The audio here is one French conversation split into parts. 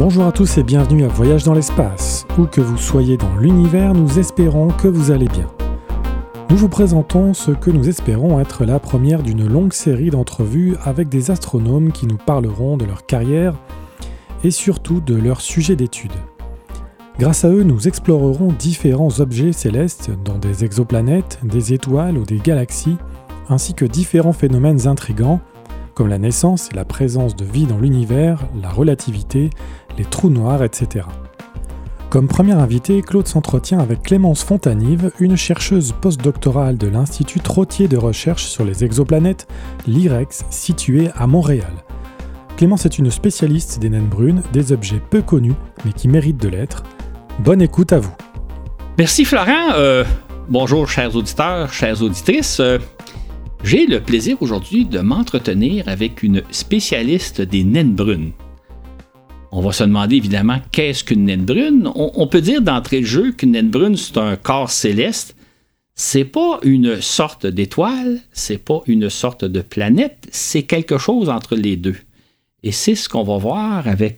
Bonjour à tous et bienvenue à Voyage dans l'espace. Où que vous soyez dans l'univers, nous espérons que vous allez bien. Nous vous présentons ce que nous espérons être la première d'une longue série d'entrevues avec des astronomes qui nous parleront de leur carrière et surtout de leur sujet d'étude. Grâce à eux, nous explorerons différents objets célestes, dont des exoplanètes, des étoiles ou des galaxies, ainsi que différents phénomènes intrigants, comme la naissance et la présence de vie dans l'univers, la relativité, les trous noirs, etc. Comme première invitée, Claude s'entretient avec Clémence Fontanive, une chercheuse postdoctorale de l'Institut Trottier de recherche sur les exoplanètes, l'IREX, situé à Montréal. Clémence est une spécialiste des naines brunes, des objets peu connus, mais qui méritent de l'être. Bonne écoute à vous. Merci Florent. Bonjour chers auditeurs, chères auditrices. J'ai le plaisir aujourd'hui de m'entretenir avec une spécialiste des naines brunes. On va se demander évidemment qu'est-ce qu'une naine brune. On peut dire d'entrée de jeu qu'une naine brune, c'est un corps céleste. C'est pas une sorte d'étoile, c'est pas une sorte de planète, c'est quelque chose entre les deux. Et c'est ce qu'on va voir avec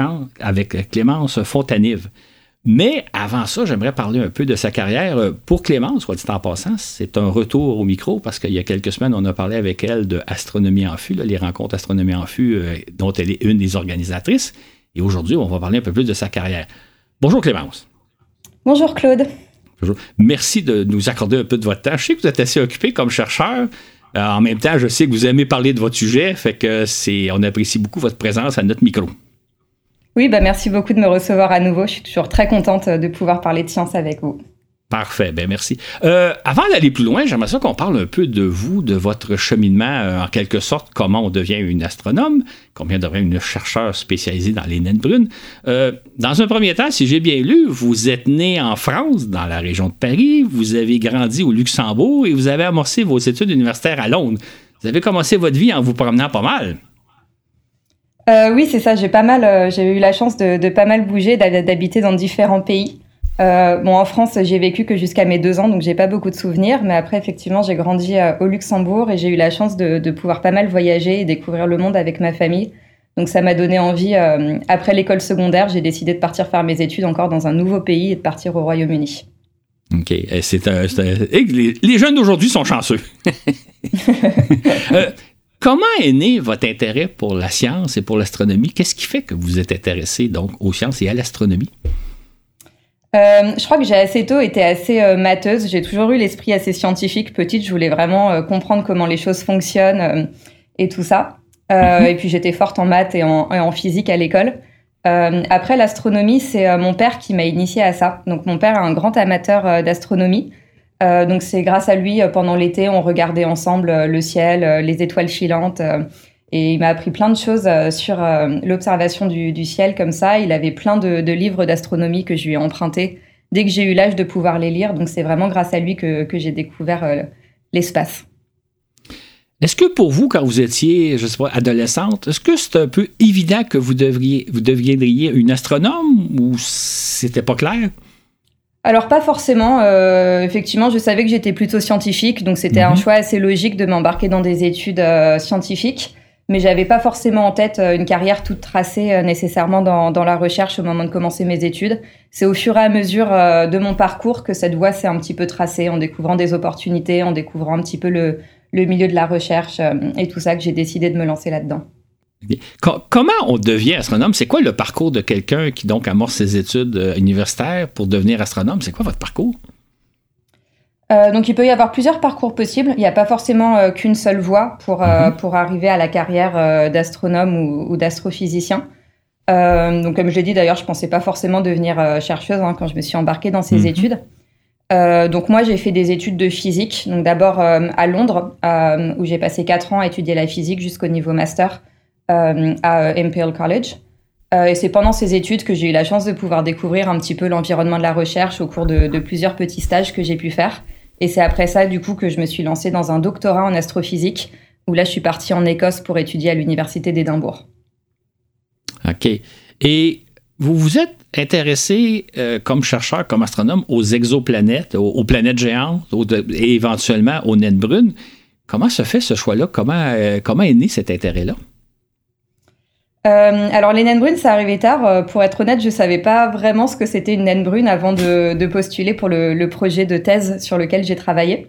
Clémence Fontanive. Mais avant ça, j'aimerais parler un peu de sa carrière. Pour Clémence, soit dit en passant, c'est un retour au micro parce qu'il y a quelques semaines, on a parlé avec elle de Astronomie en Fût, les rencontres Astronomie en Fût, dont elle est une des organisatrices. Et aujourd'hui, on va parler un peu plus de sa carrière. Bonjour Clémence. Bonjour Claude. Bonjour. Merci de nous accorder un peu de votre temps. Je sais que vous êtes assez occupé comme chercheur. En même temps, je sais que vous aimez parler de votre sujet, fait que on apprécie beaucoup votre présence à notre micro. Oui, merci beaucoup de me recevoir à nouveau. Je suis toujours très contente de pouvoir parler de science avec vous. Parfait, merci. Avant d'aller plus loin, j'aimerais ça qu'on parle un peu de vous, de votre cheminement, en quelque sorte, comment on devient une astronome, combien devient une chercheure spécialisée dans les naines brunes. Dans un premier temps, si j'ai bien lu, vous êtes né en France, dans la région de Paris, vous avez grandi au Luxembourg et vous avez amorcé vos études universitaires à Londres. Vous avez commencé votre vie en vous promenant pas mal. Oui, c'est ça. J'ai eu la chance de pas mal bouger, d'habiter dans différents pays. En France, j'ai vécu que jusqu'à mes 2 ans, donc j'ai pas beaucoup de souvenirs. Mais après, effectivement, j'ai grandi au Luxembourg et j'ai eu la chance de pouvoir pas mal voyager et découvrir le monde avec ma famille. Donc ça m'a donné envie. Après l'école secondaire, j'ai décidé de partir faire mes études encore dans un nouveau pays et de partir au Royaume-Uni. OK. Les jeunes d'aujourd'hui sont chanceux. Comment est né votre intérêt pour la science et pour l'astronomie? Qu'est-ce qui fait que vous êtes intéressé donc aux sciences et à l'astronomie? Je crois que j'ai assez tôt été assez matheuse. J'ai toujours eu l'esprit assez scientifique. Petite, je voulais vraiment comprendre comment les choses fonctionnent et tout ça. Et puis j'étais forte en maths et en physique à l'école. Après l'astronomie, c'est mon père qui m'a initiée à ça. Donc mon père est un grand amateur d'astronomie. Donc c'est grâce à lui, pendant l'été, on regardait ensemble le ciel, les étoiles filantes. Et il m'a appris plein de choses sur l'observation du ciel comme ça. Il avait plein de livres d'astronomie que je lui ai empruntés dès que j'ai eu l'âge de pouvoir les lire. Donc c'est vraiment grâce à lui que j'ai découvert l'espace. Est-ce que pour vous, quand vous étiez, je sais pas, adolescente, est-ce que c'est un peu évident que vous deviendriez une astronome ou c'était pas clair? Alors pas forcément, effectivement je savais que j'étais plutôt scientifique, donc c'était un choix assez logique de m'embarquer dans des études scientifiques, mais j'avais pas forcément en tête une carrière toute tracée nécessairement dans la recherche au moment de commencer mes études. C'est au fur et à mesure de mon parcours que cette voie s'est un petit peu tracée, en découvrant des opportunités, en découvrant un petit peu le milieu de la recherche et tout ça que j'ai décidé de me lancer là-dedans. Comment on devient astronome? C'est quoi le parcours de quelqu'un qui donc amorce ses études universitaires pour devenir astronome? C'est quoi votre parcours? Donc il peut y avoir plusieurs parcours possibles. Il n'y a pas forcément qu'une seule voie pour arriver à la carrière d'astronome ou d'astrophysicien. Donc comme je l'ai dit d'ailleurs, je ne pensais pas forcément devenir chercheuse quand je me suis embarquée dans ces études. Donc moi j'ai fait des études de physique. Donc d'abord à Londres où j'ai passé 4 ans à étudier la physique jusqu'au niveau master. À Imperial College. Et c'est pendant ces études que j'ai eu la chance de pouvoir découvrir un petit peu l'environnement de la recherche au cours de plusieurs petits stages que j'ai pu faire. Et c'est après ça, du coup, que je me suis lancée dans un doctorat en astrophysique, où là, je suis partie en Écosse pour étudier à l'Université d'Édimbourg. OK. Et vous vous êtes intéressé, comme chercheur, comme astronome, aux exoplanètes, aux planètes géantes et éventuellement aux naines brunes. Comment se fait ce choix-là? Comment est né cet intérêt-là? Alors les naines brunes, ça arrivait tard. Pour être honnête, je savais pas vraiment ce que c'était une naine brune avant de postuler pour le projet de thèse sur lequel j'ai travaillé.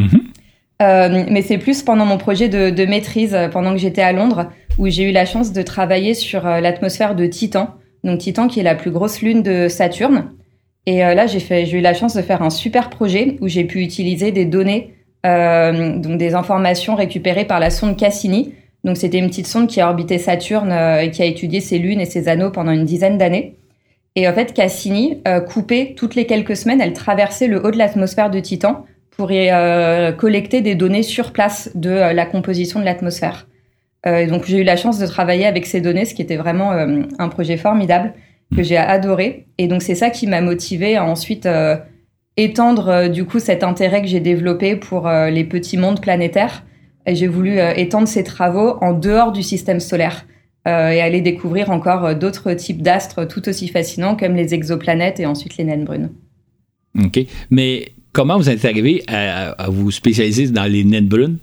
Mais c'est plus pendant mon projet de maîtrise, pendant que j'étais à Londres, où j'ai eu la chance de travailler sur l'atmosphère de Titan. Donc Titan qui est la plus grosse lune de Saturne. Et là, j'ai eu la chance de faire un super projet où j'ai pu utiliser des données, donc des informations récupérées par la sonde Cassini. Donc c'était une petite sonde qui a orbité Saturne et qui a étudié ses lunes et ses anneaux pendant une dizaine d'années. Et en fait, Cassini, coupait toutes les quelques semaines, elle traversait le haut de l'atmosphère de Titan pour y collecter des données sur place de la composition de l'atmosphère. Donc j'ai eu la chance de travailler avec ces données, ce qui était vraiment un projet formidable que j'ai adoré. Et donc c'est ça qui m'a motivée à ensuite étendre du coup cet intérêt que j'ai développé pour les petits mondes planétaires. Et j'ai voulu étendre ces travaux en dehors du système solaire et aller découvrir encore d'autres types d'astres tout aussi fascinants comme les exoplanètes et ensuite les naines brunes. OK. Mais comment vous êtes arrivé à vous spécialiser dans les naines brunes?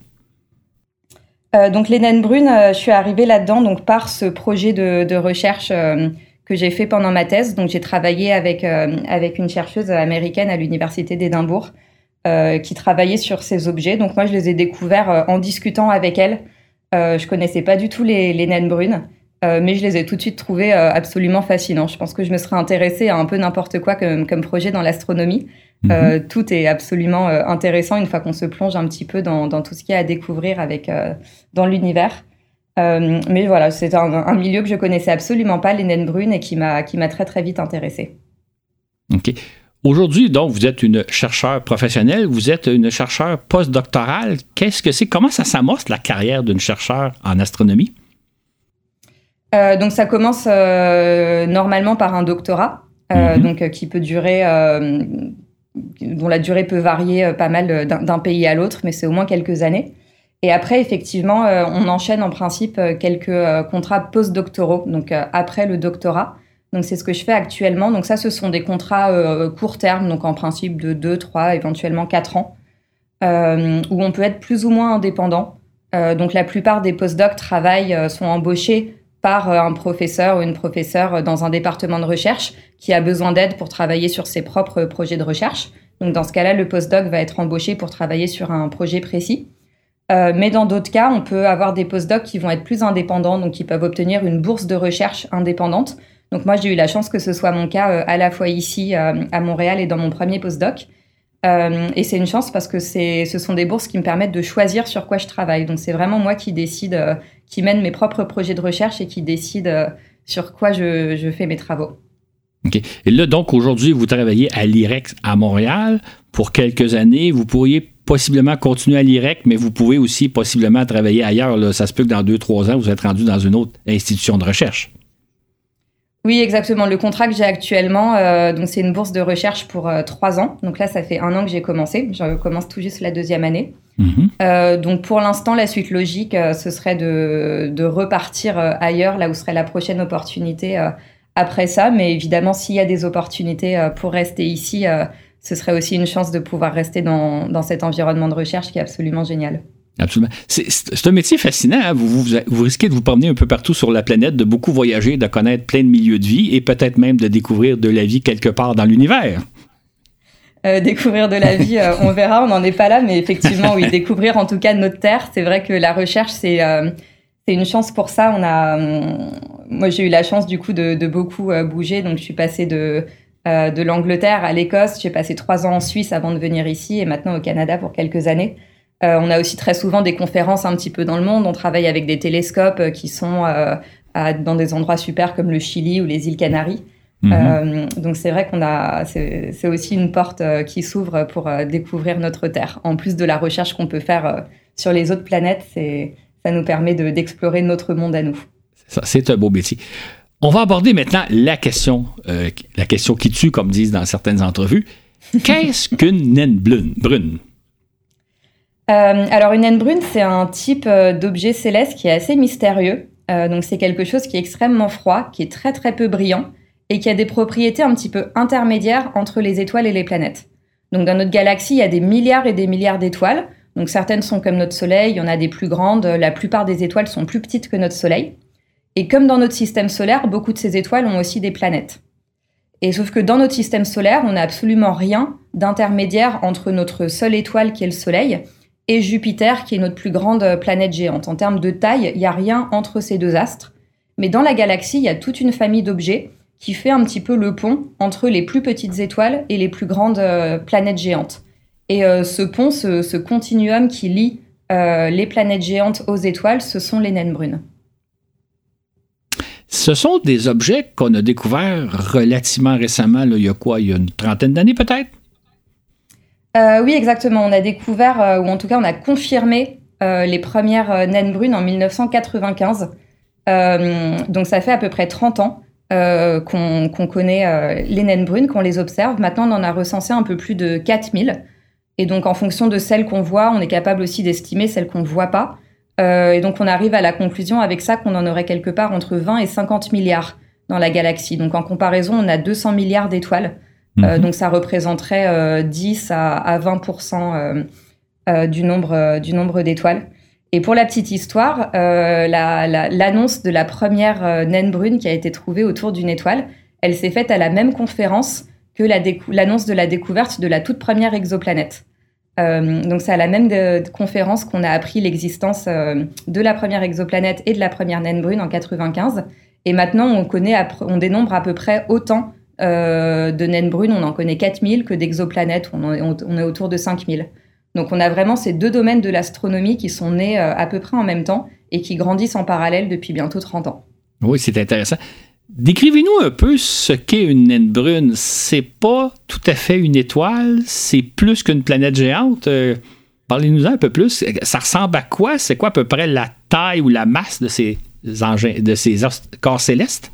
Donc les naines brunes, je suis arrivée là-dedans donc par ce projet de recherche que j'ai fait pendant ma thèse. Donc j'ai travaillé avec une chercheuse américaine à l'université d'Édimbourg qui travaillait sur ces objets. Donc moi je les ai découverts en discutant avec elle. Je connaissais pas du tout les naines brunes, mais je les ai tout de suite trouvés absolument fascinants. Je pense que je me serais intéressée à un peu n'importe quoi comme projet dans l'astronomie. Tout est absolument intéressant une fois qu'on se plonge un petit peu dans tout ce qu'il y a à découvrir dans l'univers. Mais voilà, c'est un milieu que je connaissais absolument pas, les naines brunes, et qui m'a très très vite intéressée. OK. Aujourd'hui, donc, vous êtes une chercheure professionnelle, vous êtes une chercheure postdoctorale. Qu'est-ce que c'est? Comment ça s'amorce la carrière d'une chercheure en astronomie? Donc ça commence normalement par un doctorat, donc qui peut durer, dont la durée peut varier pas mal d'un pays à l'autre, mais c'est au moins quelques années. Et après, effectivement, on enchaîne en principe quelques contrats postdoctoraux, donc après le doctorat. Donc c'est ce que je fais actuellement. Donc ça, ce sont des contrats court terme, donc en principe de 2, 3, éventuellement 4 ans, où on peut être plus ou moins indépendant. Donc la plupart des postdocs sont embauchés par un professeur ou une professeure dans un département de recherche qui a besoin d'aide pour travailler sur ses propres projets de recherche. Donc dans ce cas-là, le postdoc va être embauché pour travailler sur un projet précis. Mais dans d'autres cas, on peut avoir des postdocs qui vont être plus indépendants, donc qui peuvent obtenir une bourse de recherche indépendante. Donc moi, j'ai eu la chance que ce soit mon cas à la fois ici à Montréal et dans mon premier postdoc. Et c'est une chance parce que ce sont des bourses qui me permettent de choisir sur quoi je travaille. Donc c'est vraiment moi qui décide, qui mène mes propres projets de recherche et qui décide sur quoi je fais mes travaux. OK. Et là, donc, aujourd'hui, vous travaillez à l'IREC à Montréal pour quelques années. Vous pourriez possiblement continuer à l'IREC, mais vous pouvez aussi possiblement travailler ailleurs. Là. Ça se peut que dans 2-3 ans, vous êtes rendu dans une autre institution de recherche. Oui, exactement. Le contrat que j'ai actuellement, donc c'est une bourse de recherche pour 3 ans. Donc là, ça fait 1 an que j'ai commencé. Je commence tout juste la 2e année. Donc pour l'instant, la suite logique, ce serait de repartir ailleurs, là où serait la prochaine opportunité après ça. Mais évidemment, s'il y a des opportunités pour rester ici, ce serait aussi une chance de pouvoir rester dans cet environnement de recherche qui est absolument génial. Absolument. C'est un métier fascinant. Hein? Vous risquez de vous promener un peu partout sur la planète, de beaucoup voyager, de connaître plein de milieux de vie et peut-être même de découvrir de la vie quelque part dans l'univers. Découvrir de la vie, on verra, on n'en est pas là, mais effectivement, oui, découvrir en tout cas notre Terre. C'est vrai que la recherche, c'est une chance pour ça. Moi, j'ai eu la chance du coup de beaucoup bouger, donc je suis passée de l'Angleterre à l'Écosse. J'ai passé 3 ans en Suisse avant de venir ici et maintenant au Canada pour quelques années. On a aussi très souvent des conférences un petit peu dans le monde. On travaille avec des télescopes qui sont dans des endroits super comme le Chili ou les îles Canaries. Donc c'est vrai c'est aussi une porte qui s'ouvre pour découvrir notre Terre. En plus de la recherche qu'on peut faire sur les autres planètes, ça nous permet d'explorer notre monde à nous. C'est un beau métier. On va aborder maintenant la question qui tue, comme disent dans certaines entrevues. Qu'est-ce qu'une naine brune? Alors une naine brune, c'est un type d'objet céleste qui est assez mystérieux. Donc c'est quelque chose qui est extrêmement froid, qui est très très peu brillant et qui a des propriétés un petit peu intermédiaires entre les étoiles et les planètes. Donc dans notre galaxie, il y a des milliards et des milliards d'étoiles. Donc certaines sont comme notre Soleil, il y en a des plus grandes, la plupart des étoiles sont plus petites que notre Soleil. Et comme dans notre système solaire, beaucoup de ces étoiles ont aussi des planètes. Et sauf que dans notre système solaire, on n'a absolument rien d'intermédiaire entre notre seule étoile qui est le Soleil et Jupiter qui est notre plus grande planète géante. En termes de taille, il n'y a rien entre ces deux astres. Mais dans la galaxie, il y a toute une famille d'objets qui fait un petit peu le pont entre les plus petites étoiles et les plus grandes planètes géantes. Et ce pont, ce continuum qui lie les planètes géantes aux étoiles, ce sont les naines brunes. Ce sont des objets qu'on a découverts relativement récemment, là, il y a une trentaine d'années peut-être? Oui, exactement. On a découvert, ou en tout cas on a confirmé les premières naines brunes en 1995. Donc ça fait à peu près 30 ans qu'on connaît les naines brunes, qu'on les observe. Maintenant, on en a recensé un peu plus de 4000. Et donc, en fonction de celles qu'on voit, on est capable aussi d'estimer celles qu'on ne voit pas. Et donc, on arrive à la conclusion avec ça qu'on en aurait quelque part entre 20 et 50 milliards dans la galaxie. Donc, en comparaison, on a 200 milliards d'étoiles. Donc, ça représenterait 10 à 20% du nombre d'étoiles. Et pour la petite histoire, l'annonce de la première naine brune qui a été trouvée autour d'une étoile, elle s'est faite à la même conférence que l'annonce de la découverte de la toute première exoplanète. Donc c'est à la même conférence qu'on a appris l'existence de la première exoplanète et de la première naine brune en 95. Et maintenant, on dénombre à peu près autant de naines brunes. On en connaît 4000 que d'exoplanètes. On est autour de 5000. Donc on a vraiment ces deux domaines de l'astronomie qui sont nés à peu près en même temps et qui grandissent en parallèle depuis bientôt 30 ans. Oui, c'est intéressant. Décrivez-nous un peu ce qu'est une naine brune. C'est pas tout à fait une étoile, c'est plus qu'une planète géante. Parlez-nous un peu plus. Ça ressemble à quoi? C'est quoi à peu près la taille ou la masse de ces corps célestes?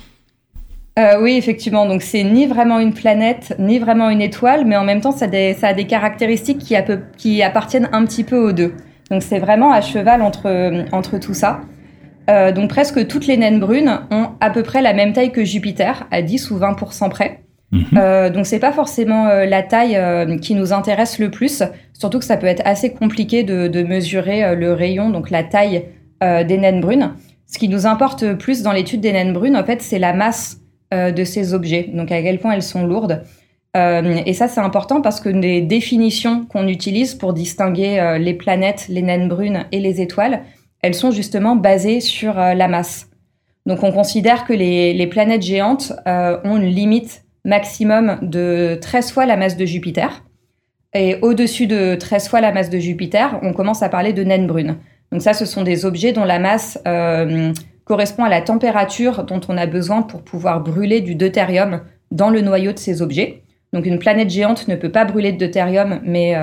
Oui, effectivement. Donc, c'est ni vraiment une planète, ni vraiment une étoile, mais en même temps, ça a des caractéristiques qui appartiennent un petit peu aux deux. Donc, c'est vraiment à cheval entre tout ça. Donc, presque toutes les naines brunes ont à peu près la même taille que Jupiter, à 10 ou 20% près. Donc, c'est pas forcément la taille qui nous intéresse le plus, surtout que ça peut être assez compliqué de mesurer le rayon, donc la taille des naines brunes. Ce qui nous importe plus dans l'étude des naines brunes, en fait, c'est la masse de ces objets, donc à quel point elles sont lourdes. Et ça, c'est important parce que les définitions qu'on utilise pour distinguer les planètes, les naines brunes et les étoiles, elles sont justement basées sur la masse. Donc, on considère que les planètes géantes ont une limite maximum de 13 fois la masse de Jupiter. Et au-dessus de 13 fois la masse de Jupiter, on commence à parler de naines brunes. Donc ça, ce sont des objets dont la masse correspond à la température dont on a besoin pour pouvoir brûler du deutérium dans le noyau de ces objets. Donc une planète géante ne peut pas brûler de deutérium, mais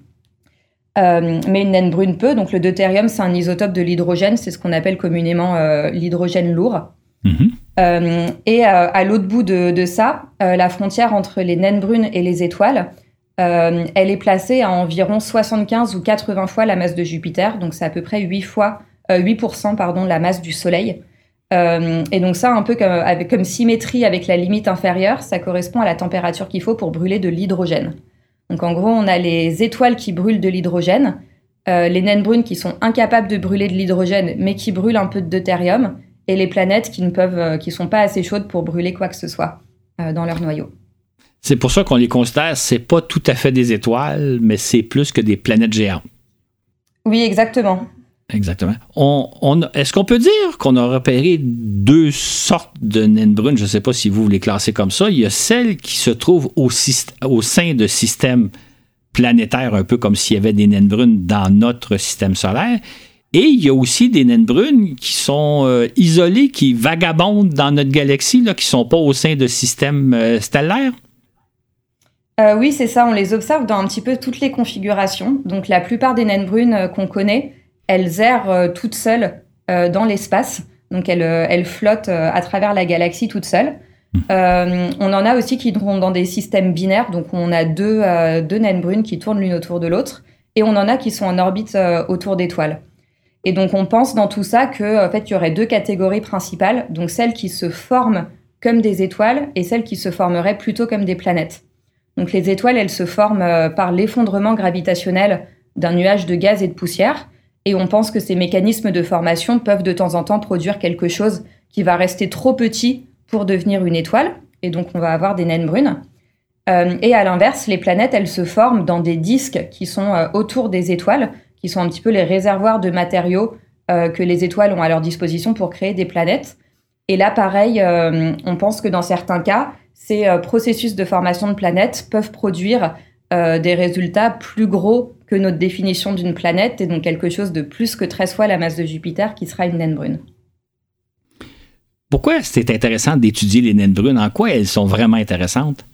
une naine brune peut. Donc le deutérium, c'est un isotope de l'hydrogène, c'est ce qu'on appelle communément l'hydrogène lourd. Et à l'autre bout de ça, la frontière entre les naines brunes et les étoiles, elle est placée à environ 75 ou 80 fois la masse de Jupiter, donc c'est à peu près 8% la masse du Soleil. Et donc ça, un peu comme symétrie avec la limite inférieure, ça correspond à la température qu'il faut pour brûler de l'hydrogène. Donc en gros, on a les étoiles qui brûlent de l'hydrogène, les naines brunes qui sont incapables de brûler de l'hydrogène, mais qui brûlent un peu de deutérium, et les planètes qui sont pas assez chaudes pour brûler quoi que ce soit dans leur noyau. C'est pour ça qu'on les considère, c'est pas tout à fait des étoiles, mais c'est plus que des planètes géantes. Oui, exactement. Exactement. Est-ce qu'on peut dire qu'on a repéré deux sortes de naines brunes? Je ne sais pas si vous les classez comme ça. Il y a celles qui se trouvent au sein de systèmes planétaires, un peu comme s'il y avait des naines brunes dans notre système solaire. Et il y a aussi des naines brunes qui sont isolées, qui vagabondent dans notre galaxie, là, qui ne sont pas au sein de systèmes stellaires. Oui, c'est ça. On les observe dans un petit peu toutes les configurations. Donc, la plupart des naines brunes qu'on connaît, elles errent toutes seules dans l'espace. Donc, elles flottent à travers la galaxie toutes seules. On en a aussi qui sont dans des systèmes binaires. Donc, on a deux naines brunes qui tournent l'une autour de l'autre. Et on en a qui sont en orbite autour d'étoiles. Et donc, on pense dans tout ça qu'en fait, il y aurait deux catégories principales. Donc, celles qui se forment comme des étoiles et celles qui se formeraient plutôt comme des planètes. Donc, les étoiles, elles se forment par l'effondrement gravitationnel d'un nuage de gaz et de poussière. Et on pense que ces mécanismes de formation peuvent de temps en temps produire quelque chose qui va rester trop petit pour devenir une étoile, et donc on va avoir des naines brunes. Et à l'inverse, les planètes, elles se forment dans des disques qui sont autour des étoiles, qui sont un petit peu les réservoirs de matériaux que les étoiles ont à leur disposition pour créer des planètes. Et là, pareil, on pense que dans certains cas, ces processus de formation de planètes peuvent produire des résultats plus gros que notre définition d'une planète, et donc quelque chose de plus que 13 fois la masse de Jupiter, qui sera une naine brune. Pourquoi c'est intéressant d'étudier les naines brunes? En quoi elles sont vraiment intéressantes?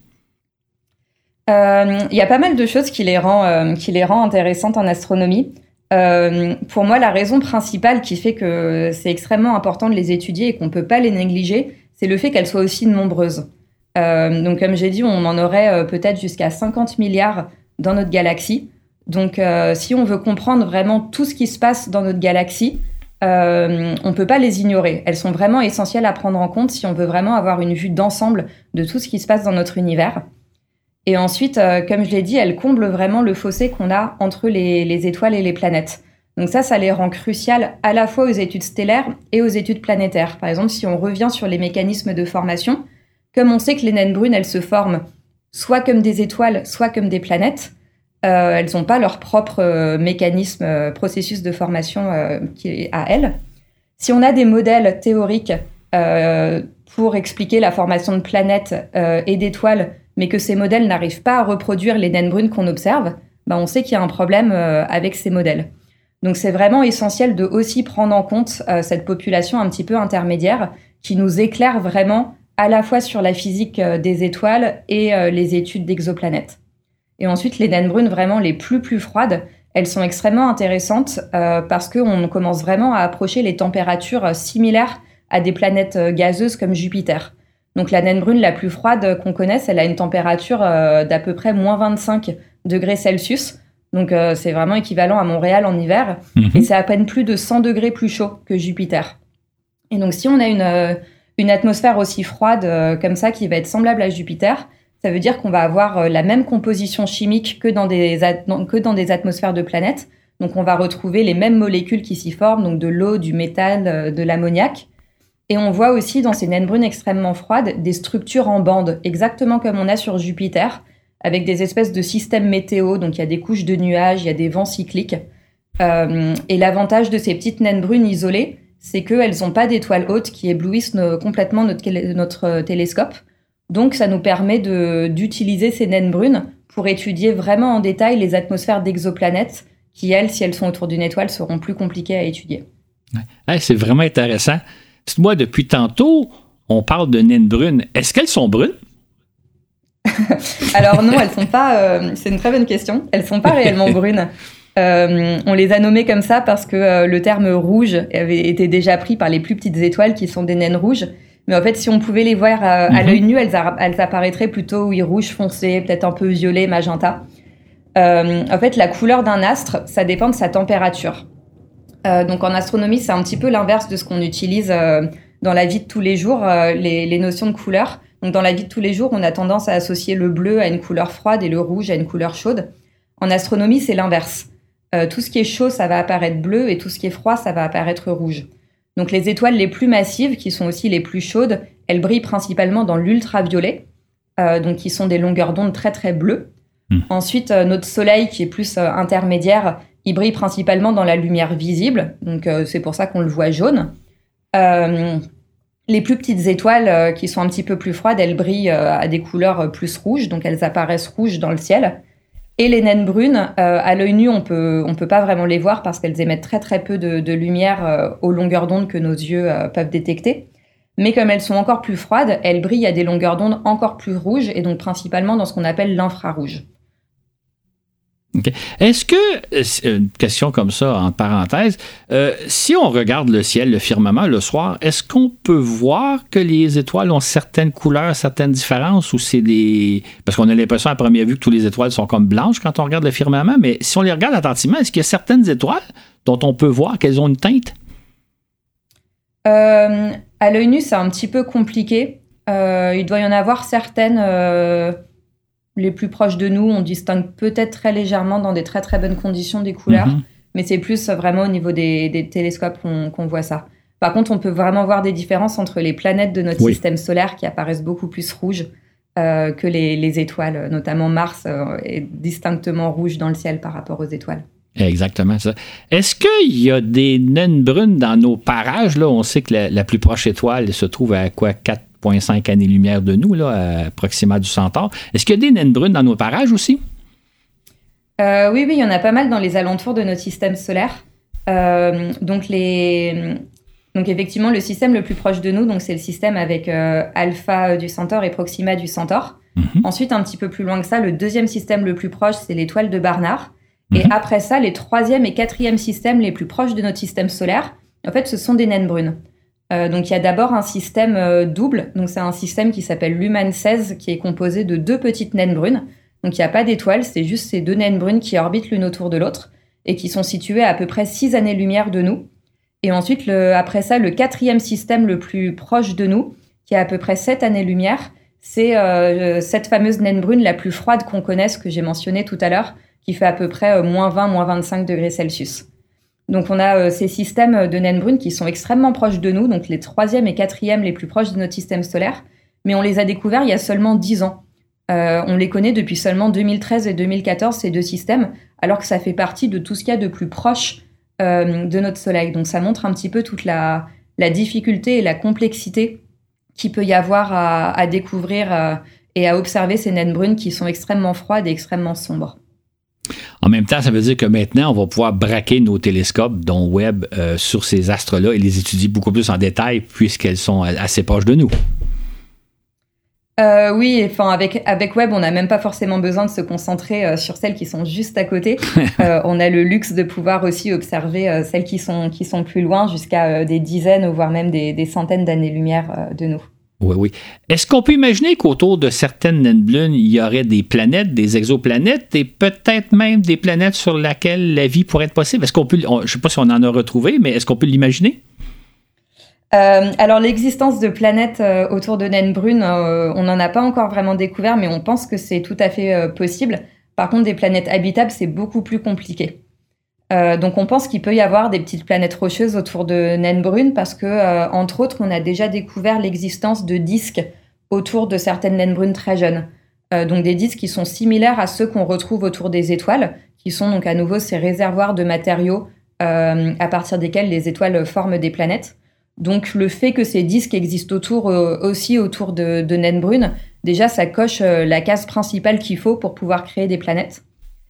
Il y a pas mal de choses qui les rend intéressantes en astronomie. Pour moi, la raison principale qui fait que c'est extrêmement important de les étudier et qu'on ne peut pas les négliger, c'est le fait qu'elles soient aussi nombreuses. Donc, comme j'ai dit, on en aurait peut-être jusqu'à 50 milliards dans notre galaxie. Donc, si on veut comprendre vraiment tout ce qui se passe dans notre galaxie, on ne peut pas les ignorer. Elles sont vraiment essentielles à prendre en compte si on veut vraiment avoir une vue d'ensemble de tout ce qui se passe dans notre univers. Et ensuite, comme je l'ai dit, elles comblent vraiment le fossé qu'on a entre les étoiles et les planètes. Donc ça les rend cruciales à la fois aux études stellaires et aux études planétaires. Par exemple, si on revient sur les mécanismes de formation, comme on sait que les naines brunes, elles se forment soit comme des étoiles, soit comme des planètes, elles n'ont pas leur propre mécanisme, processus de formation qui est à elles. Si on a des modèles théoriques pour expliquer la formation de planètes et d'étoiles, mais que ces modèles n'arrivent pas à reproduire les naines brunes qu'on observe, on sait qu'il y a un problème avec ces modèles. Donc c'est vraiment essentiel de aussi prendre en compte cette population un petit peu intermédiaire qui nous éclaire vraiment à la fois sur la physique des étoiles et les études d'exoplanètes. Et ensuite, les naines brunes vraiment les plus froides, elles sont extrêmement intéressantes parce qu'on commence vraiment à approcher les températures similaires à des planètes gazeuses comme Jupiter. Donc la naine brune la plus froide qu'on connaisse, elle a une température d'à peu près moins 25 degrés Celsius. Donc c'est vraiment équivalent à Montréal en hiver. Et c'est à peine plus de 100 degrés plus chaud que Jupiter. Et donc si on a une atmosphère aussi froide comme ça, qui va être semblable à Jupiter, ça veut dire qu'on va avoir la même composition chimique que dans des atmosphères de planètes. Donc on va retrouver les mêmes molécules qui s'y forment, donc de l'eau, du méthane, de l'ammoniac. Et on voit aussi dans ces naines brunes extrêmement froides des structures en bande, exactement comme on a sur Jupiter, avec des espèces de systèmes météo. Donc il y a des couches de nuages, il y a des vents cycliques. Et l'avantage de ces petites naines brunes isolées, c'est qu'elles n'ont pas d'étoiles hautes qui éblouissent complètement notre télescope. Donc ça nous permet d'utiliser ces naines brunes pour étudier vraiment en détail les atmosphères d'exoplanètes qui, elles, si elles sont autour d'une étoile, seront plus compliquées à étudier. Ouais, c'est vraiment intéressant. Dites-moi, depuis tantôt, on parle de naines brunes. Est-ce qu'elles sont brunes? Alors non, elles sont pas... c'est une très bonne question. Elles sont pas réellement brunes. On les a nommées comme ça parce que le terme rouge avait été déjà pris par les plus petites étoiles qui sont des naines rouges. Mais en fait, si on pouvait les voir à l'œil nu, elles apparaîtraient plutôt, oui, rouge foncé, peut-être un peu violet, magenta. En fait, la couleur d'un astre, ça dépend de sa température. Donc en astronomie, c'est un petit peu l'inverse de ce qu'on utilise dans la vie de tous les jours, les notions de couleur. Donc dans la vie de tous les jours, on a tendance à associer le bleu à une couleur froide et le rouge à une couleur chaude. En astronomie, c'est l'inverse. Tout ce qui est chaud, ça va apparaître bleu, et tout ce qui est froid, ça va apparaître rouge. Donc les étoiles les plus massives, qui sont aussi les plus chaudes, elles brillent principalement dans l'ultraviolet, donc qui sont des longueurs d'onde très très bleues. Ensuite, notre Soleil, qui est plus intermédiaire, il brille principalement dans la lumière visible, donc c'est pour ça qu'on le voit jaune. Les plus petites étoiles, qui sont un petit peu plus froides, elles brillent à des couleurs plus rouges, donc elles apparaissent rouges dans le ciel. Et les naines brunes, à l'œil nu, on peut pas vraiment les voir parce qu'elles émettent très très peu de lumière aux longueurs d'onde que nos yeux peuvent détecter. Mais comme elles sont encore plus froides, elles brillent à des longueurs d'onde encore plus rouges, et donc principalement dans ce qu'on appelle l'infrarouge. Okay. Est-ce que, une question comme ça en parenthèse, si on regarde le ciel, le firmament le soir, est-ce qu'on peut voir que les étoiles ont certaines couleurs, certaines différences, ou c'est des... Parce qu'on a l'impression à première vue que toutes les étoiles sont comme blanches quand on regarde le firmament, mais si on les regarde attentivement, est-ce qu'il y a certaines étoiles dont on peut voir qu'elles ont une teinte? À l'œil nu, c'est un petit peu compliqué. Il doit y en avoir certaines... Les plus proches de nous, on distingue peut-être très légèrement dans des très très bonnes conditions des couleurs, mais c'est plus vraiment au niveau des télescopes qu'on voit ça. Par contre, on peut vraiment voir des différences entre les planètes de notre système solaire qui apparaissent beaucoup plus rouges que les étoiles, notamment Mars est distinctement rouge dans le ciel par rapport aux étoiles. Exactement ça. Est-ce qu'il y a des naines brunes dans nos parages? Là, on sait que la plus proche étoile se trouve à 4,5 années-lumière de nous, là, à Proxima du Centaure. Est-ce qu'il y a des naines brunes dans nos parages aussi? Oui, il y en a pas mal dans les alentours de notre système solaire. Donc effectivement, le système le plus proche de nous, donc c'est le système avec Alpha du Centaure et Proxima du Centaure. Ensuite, un petit peu plus loin que ça, le deuxième système le plus proche, c'est l'étoile de Barnard. Et après ça, les troisième et quatrième systèmes les plus proches de notre système solaire, en fait, ce sont des naines brunes. Donc il y a d'abord un système double, donc c'est un système qui s'appelle Luhmann 16, qui est composé de 2 petites naines brunes. Donc il n'y a pas d'étoiles, c'est juste ces 2 naines brunes qui orbitent l'une autour de l'autre et qui sont situées à peu près 6 années-lumière de nous. Et ensuite, après ça, le quatrième système le plus proche de nous, qui est à peu près 7 années-lumière, c'est cette fameuse naine brune la plus froide qu'on connaisse, que j'ai mentionnée tout à l'heure, qui fait à peu près moins 20, moins 25 degrés Celsius. Donc on a ces systèmes de naines brunes qui sont extrêmement proches de nous, donc les troisième et quatrième les plus proches de notre système solaire, mais on les a découverts il y a seulement 10 ans. On les connaît depuis seulement 2013 et 2014, ces 2 systèmes, alors que ça fait partie de tout ce qu'il y a de plus proche de notre Soleil. Donc ça montre un petit peu toute la difficulté et la complexité qu'il peut y avoir à découvrir et à observer ces naines brunes qui sont extrêmement froides et extrêmement sombres. En même temps, ça veut dire que maintenant, on va pouvoir braquer nos télescopes, dont Webb, sur ces astres-là et les étudier beaucoup plus en détail puisqu'elles sont assez proches de nous. Oui, enfin avec Webb, on n'a même pas forcément besoin de se concentrer sur celles qui sont juste à côté. On a le luxe de pouvoir aussi observer celles qui sont plus loin, jusqu'à des dizaines, voire même des centaines d'années-lumière de nous. Oui. Est-ce qu'on peut imaginer qu'autour de certaines naines brunes, il y aurait des planètes, des exoplanètes et peut-être même des planètes sur lesquelles la vie pourrait être possible? Est-ce qu'on peut, je ne sais pas si on en a retrouvé, mais est-ce qu'on peut l'imaginer? Alors l'existence de planètes autour de naines brunes, on n'en a pas encore vraiment découvert, mais on pense que c'est tout à fait possible. Par contre, des planètes habitables, c'est beaucoup plus compliqué. Donc on pense qu'il peut y avoir des petites planètes rocheuses autour de naines brunes parce que, entre autres, on a déjà découvert l'existence de disques autour de certaines naines brunes très jeunes. Donc des disques qui sont similaires à ceux qu'on retrouve autour des étoiles, qui sont donc à nouveau ces réservoirs de matériaux à partir desquels les étoiles forment des planètes. Donc le fait que ces disques existent aussi autour de naines brunes, déjà ça coche la case principale qu'il faut pour pouvoir créer des planètes.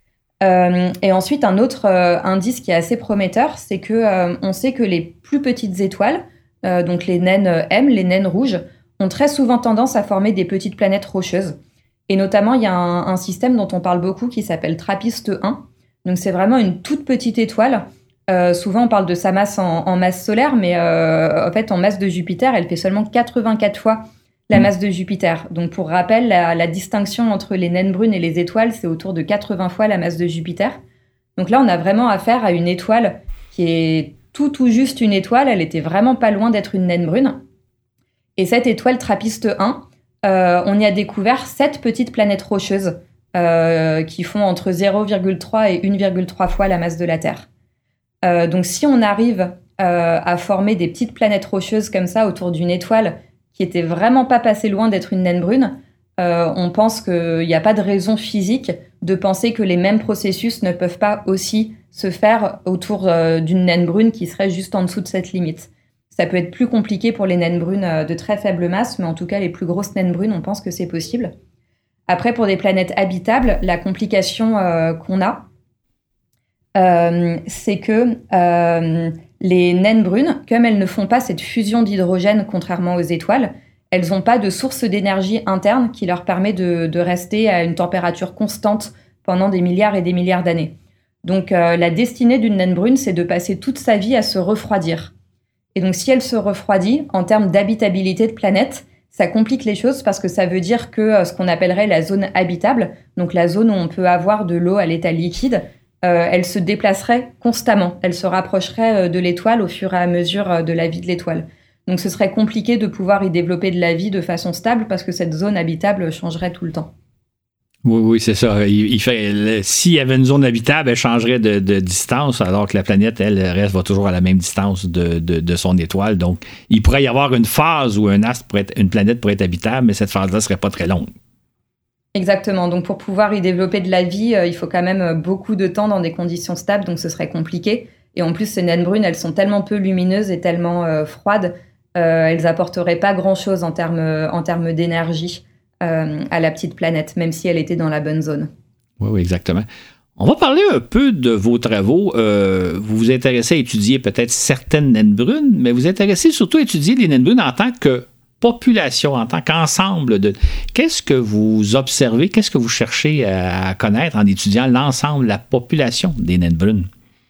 Et ensuite, un autre indice qui est assez prometteur, c'est que on sait que les plus petites étoiles, donc les naines M, les naines rouges, ont très souvent tendance à former des petites planètes rocheuses. Et notamment, il y a un système dont on parle beaucoup qui s'appelle TRAPPIST-1. Donc c'est vraiment une toute petite étoile. Souvent, on parle de sa masse en masse solaire, mais en fait, en masse de Jupiter, elle fait seulement 84 fois la masse de Jupiter. Donc, pour rappel, la distinction entre les naines brunes et les étoiles, c'est autour de 80 fois la masse de Jupiter. Donc là, on a vraiment affaire à une étoile qui est tout juste une étoile. Elle était vraiment pas loin d'être une naine brune. Et cette étoile TRAPPIST-1, on y a découvert 7 petites planètes rocheuses qui font entre 0,3 et 1,3 fois la masse de la Terre. Donc, si on arrive à former des petites planètes rocheuses comme ça autour d'une étoile qui était vraiment pas passé loin d'être une naine brune, on pense qu'il n'y a pas de raison physique de penser que les mêmes processus ne peuvent pas aussi se faire autour d'une naine brune qui serait juste en dessous de cette limite. Ça peut être plus compliqué pour les naines brunes de très faible masse, mais en tout cas, les plus grosses naines brunes, on pense que c'est possible. Après, pour des planètes habitables, la complication qu'on a, c'est que les naines brunes, comme elles ne font pas cette fusion d'hydrogène contrairement aux étoiles, elles n'ont pas de source d'énergie interne qui leur permet de rester à une température constante pendant des milliards et des milliards d'années. Donc la destinée d'une naine brune, c'est de passer toute sa vie à se refroidir. Et donc si elle se refroidit, en termes d'habitabilité de planète, ça complique les choses parce que ça veut dire que ce qu'on appellerait la zone habitable, donc la zone où on peut avoir de l'eau à l'état liquide, elle se déplacerait constamment. Elle se rapprocherait de l'étoile au fur et à mesure de la vie de l'étoile. Donc ce serait compliqué de pouvoir y développer de la vie de façon stable parce que cette zone habitable changerait tout le temps. Oui, c'est ça. S'il y avait une zone habitable, elle changerait de distance, alors que la planète, elle, va toujours à la même distance de son étoile. Donc, il pourrait y avoir une phase où une planète pourrait être habitable, mais cette phase-là ne serait pas très longue. Exactement. Donc, pour pouvoir y développer de la vie, il faut quand même beaucoup de temps dans des conditions stables, donc ce serait compliqué. Et en plus, ces naines brunes, elles sont tellement peu lumineuses et tellement froides, elles apporteraient pas grand-chose en termes d'énergie à la petite planète, même si elle était dans la bonne zone. Oui, exactement. On va parler un peu de vos travaux. Vous vous intéressez à étudier peut-être certaines naines brunes, mais vous vous intéressez surtout à étudier les naines brunes en tant que population, en tant qu'ensemble. Qu'est-ce que vous observez, qu'est-ce que vous cherchez à connaître en étudiant l'ensemble, la population des naines brunes?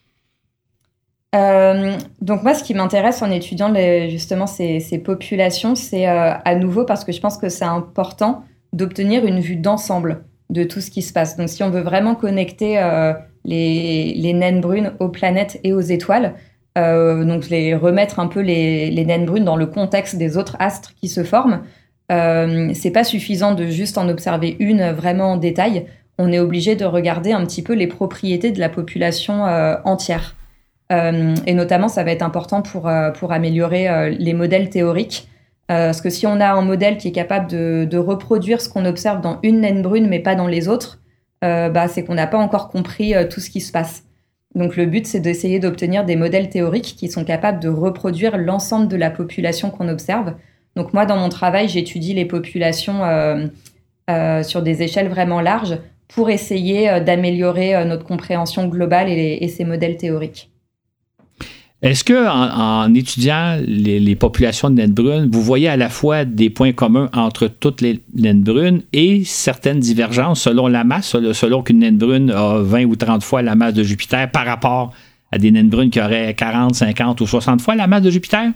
Donc moi, ce qui m'intéresse en étudiant justement ces populations, c'est à nouveau parce que je pense que c'est important d'obtenir une vue d'ensemble de tout ce qui se passe. Donc si on veut vraiment connecter les naines brunes aux planètes et aux étoiles, donc les remettre un peu les naines brunes dans le contexte des autres astres qui se forment, c'est pas suffisant de juste en observer une vraiment en détail. On est obligé de regarder un petit peu les propriétés de la population entière. Et notamment, ça va être important pour améliorer les modèles théoriques. Parce que si on a un modèle qui est capable de reproduire ce qu'on observe dans une naine brune, mais pas dans les autres, c'est qu'on n'a pas encore compris tout ce qui se passe. Donc le but, c'est d'essayer d'obtenir des modèles théoriques qui sont capables de reproduire l'ensemble de la population qu'on observe. Donc moi, dans mon travail, j'étudie les populations sur des échelles vraiment larges pour essayer d'améliorer notre compréhension globale et ces modèles théoriques. Est-ce qu'en étudiant les populations de naines brunes, vous voyez à la fois des points communs entre toutes les naines brunes et certaines divergences selon la masse, selon qu'une naine brune a 20 ou 30 fois la masse de Jupiter par rapport à des naines brunes qui auraient 40, 50 ou 60 fois la masse de Jupiter?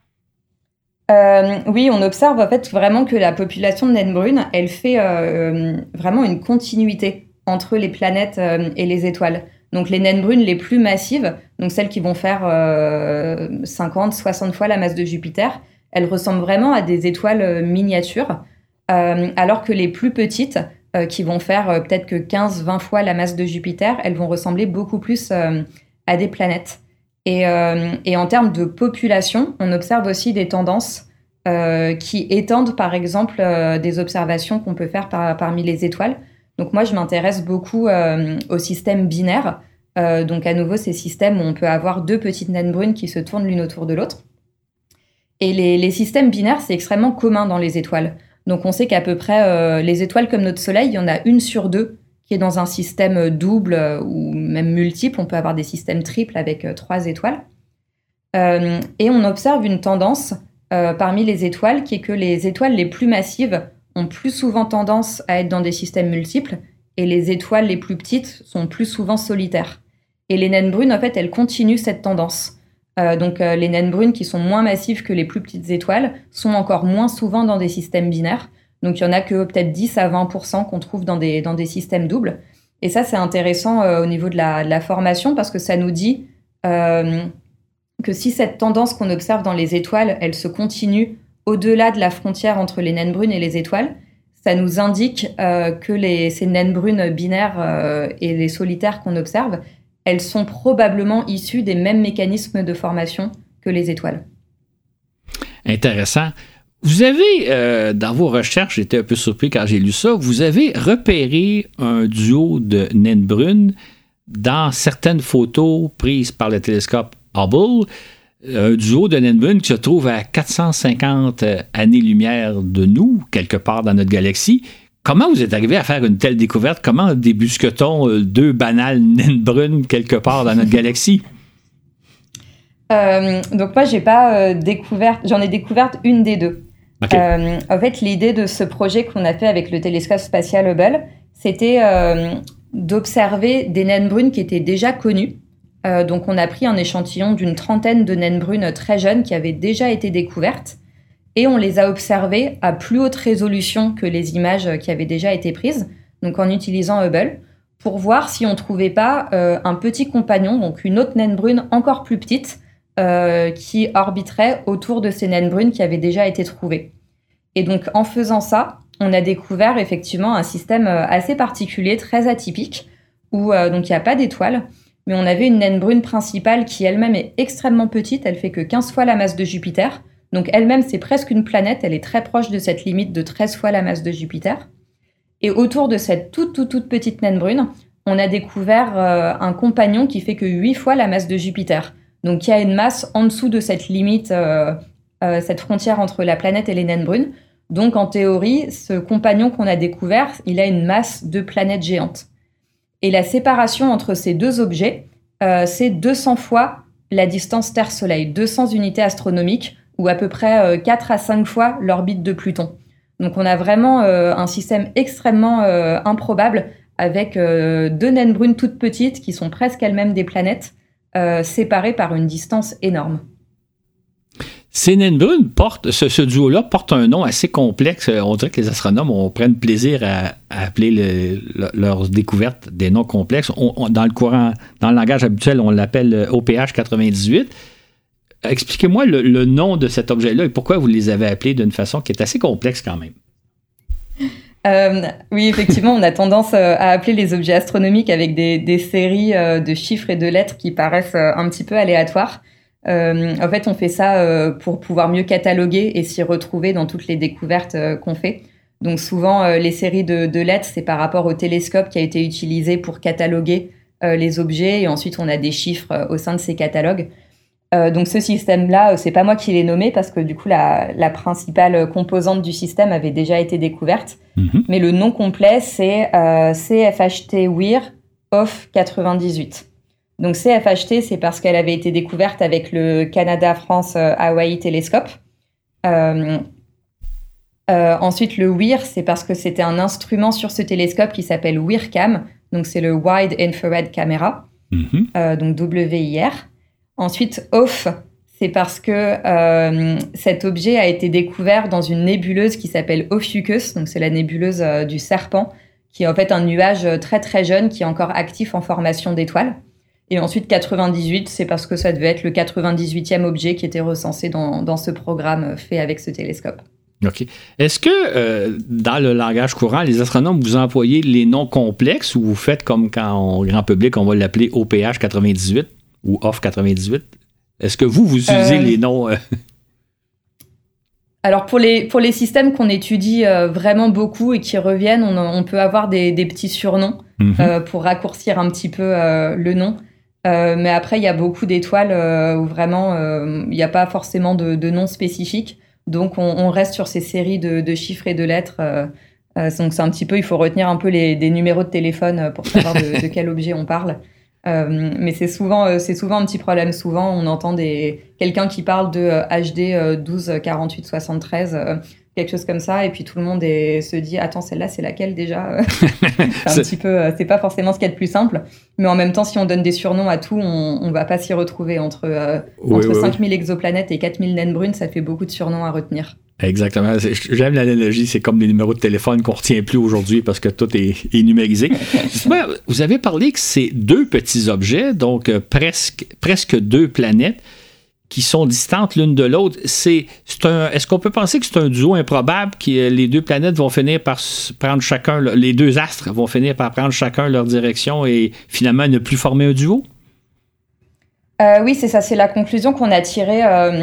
Oui, on observe en fait vraiment que la population de naines brunes, elle fait vraiment une continuité entre les planètes et les étoiles. Donc les naines brunes les plus massives, donc celles qui vont faire 50, 60 fois la masse de Jupiter, elles ressemblent vraiment à des étoiles miniatures, alors que les plus petites, qui vont faire peut-être que 15, 20 fois la masse de Jupiter, elles vont ressembler beaucoup plus à des planètes. Et en termes de population, on observe aussi des tendances qui étendent par exemple des observations qu'on peut faire parmi les étoiles. Donc moi, je m'intéresse beaucoup au système binaire. Donc à nouveau, ces systèmes où on peut avoir deux petites naines brunes qui se tournent l'une autour de l'autre. Et les systèmes binaires, c'est extrêmement commun dans les étoiles. Donc on sait qu'à peu près, les étoiles comme notre Soleil, il y en a une sur deux qui est dans un système double ou même multiple. On peut avoir des systèmes triples avec 3 étoiles. Et on observe une tendance parmi les étoiles qui est que les étoiles les plus massives ont plus souvent tendance à être dans des systèmes multiples et les étoiles les plus petites sont plus souvent solitaires. Et les naines brunes, en fait, elles continuent cette tendance. Donc les naines brunes qui sont moins massives que les plus petites étoiles sont encore moins souvent dans des systèmes binaires. Donc il y en a que peut-être 10 à 20% qu'on trouve dans des systèmes doubles. Et ça, c'est intéressant au niveau de la formation parce que ça nous dit que si cette tendance qu'on observe dans les étoiles, elle se continue au-delà de la frontière entre les naines brunes et les étoiles, ça nous indique que ces naines brunes binaires et les solitaires qu'on observe, elles sont probablement issues des mêmes mécanismes de formation que les étoiles. Intéressant. Vous avez, dans vos recherches, j'étais un peu surpris quand j'ai lu ça, vous avez repéré un duo de naines brunes dans certaines photos prises par le télescope Hubble, un duo de naines brunes qui se trouve à 450 années-lumière de nous, quelque part dans notre galaxie. Comment vous êtes arrivé à faire une telle découverte? Comment débusque-t-on 2 banales naines brunes quelque part dans notre galaxie? Donc moi, j'en ai découvert une des deux. Okay. En fait, l'idée de ce projet qu'on a fait avec le télescope spatial Hubble, c'était d'observer des naines brunes qui étaient déjà connues. Donc on a pris un échantillon d'une 30aine de naines brunes très jeunes qui avaient déjà été découvertes et on les a observées à plus haute résolution que les images qui avaient déjà été prises, donc en utilisant Hubble, pour voir si on ne trouvait pas un petit compagnon, donc une autre naine brune encore plus petite, qui orbiterait autour de ces naines brunes qui avaient déjà été trouvées. Et donc, en faisant ça, on a découvert effectivement un système assez particulier, très atypique, où donc il n'y a pas d'étoiles, mais on avait une naine brune principale qui elle-même est extrêmement petite, elle fait que 15 fois la masse de Jupiter, donc elle-même c'est presque une planète, elle est très proche de cette limite de 13 fois la masse de Jupiter. Et autour de cette toute petite naine brune, on a découvert un compagnon qui fait que 8 fois la masse de Jupiter, donc qui a une masse en dessous de cette limite, cette frontière entre la planète et les naines brunes. Donc en théorie, ce compagnon qu'on a découvert, il a une masse de planète géante. Et la séparation entre ces deux objets, c'est 200 fois la distance Terre-Soleil, 200 unités astronomiques, ou à peu près 4 à 5 fois l'orbite de Pluton. Donc on a vraiment un système extrêmement improbable, avec deux naines brunes toutes petites, qui sont presque elles-mêmes des planètes, séparées par une distance énorme. Ces naines brunes ce duo-là porte un nom assez complexe. On dirait que les astronomes prennent plaisir à appeler leurs découvertes des noms complexes. Dans le langage habituel, on l'appelle OPH 98. Expliquez-moi le nom de cet objet-là et pourquoi vous les avez appelés d'une façon qui est assez complexe quand même. Oui, effectivement, on a tendance à appeler les objets astronomiques avec des séries de chiffres et de lettres qui paraissent un petit peu aléatoires. En fait, on fait ça pour pouvoir mieux cataloguer et s'y retrouver dans toutes les découvertes qu'on fait. Donc souvent, les séries de lettres, c'est par rapport au télescope qui a été utilisé pour cataloguer les objets, et ensuite on a des chiffres au sein de ces catalogues. Donc ce système-là, c'est pas moi qui l'ai nommé parce que du coup la principale composante du système avait déjà été découverte. Mais le nom complet, c'est CFHT-WIR OFF 98. Donc CFHT, c'est parce qu'elle avait été découverte avec le Canada-France-Hawaii télescope. Ensuite, le WIR, c'est parce que c'était un instrument sur ce télescope qui s'appelle WIRCAM. Donc c'est le Wide Infrared Camera, donc WIR. Ensuite, OFF, c'est parce que cet objet a été découvert dans une nébuleuse qui s'appelle Ophiuchus, donc c'est la nébuleuse du serpent, qui est en fait un nuage très très jeune qui est encore actif en formation d'étoiles. Et ensuite, 98, c'est parce que ça devait être le 98e objet qui était recensé dans ce programme fait avec ce télescope. OK. Est-ce que, dans le langage courant, les astronomes, vous employez les noms complexes ou vous faites comme quand, en grand public, on va l'appeler OPH 98 ou OFF 98? Est-ce que vous utilisez les noms... Alors, pour les systèmes qu'on étudie vraiment beaucoup et qui reviennent, on peut avoir des petits surnoms pour raccourcir un petit peu le nom. Mais après, il y a beaucoup d'étoiles où vraiment, il n'y a pas forcément de nom spécifique. Donc, on reste sur ces séries de chiffres et de lettres. Donc, c'est un petit peu, il faut retenir un peu des numéros de téléphone pour savoir de quel objet on parle. Mais c'est souvent un petit problème. Souvent, on entend quelqu'un qui parle de HD 12 48 73, quelque chose comme ça, et puis tout le monde se dit attends, celle-là, c'est laquelle déjà? C'est un petit peu, c'est pas forcément ce qu'il y a de plus simple. Mais en même temps, si on donne des surnoms à tout, on va pas s'y retrouver. Entre 5000 exoplanètes et 4000 naines brunes, ça fait beaucoup de surnoms à retenir. Exactement. J'aime l'analogie. C'est comme les numéros de téléphone qu'on ne retient plus aujourd'hui parce que tout est numérisé. Vous avez parlé que c'est deux petits objets, donc presque deux planètes qui sont distantes l'une de l'autre. Est-ce qu'on peut penser que c'est un duo improbable, que les deux planètes vont finir par prendre chacun, les deux astres vont finir par prendre chacun leur direction et finalement ne plus former un duo? Oui, c'est ça, c'est la conclusion qu'on a tirée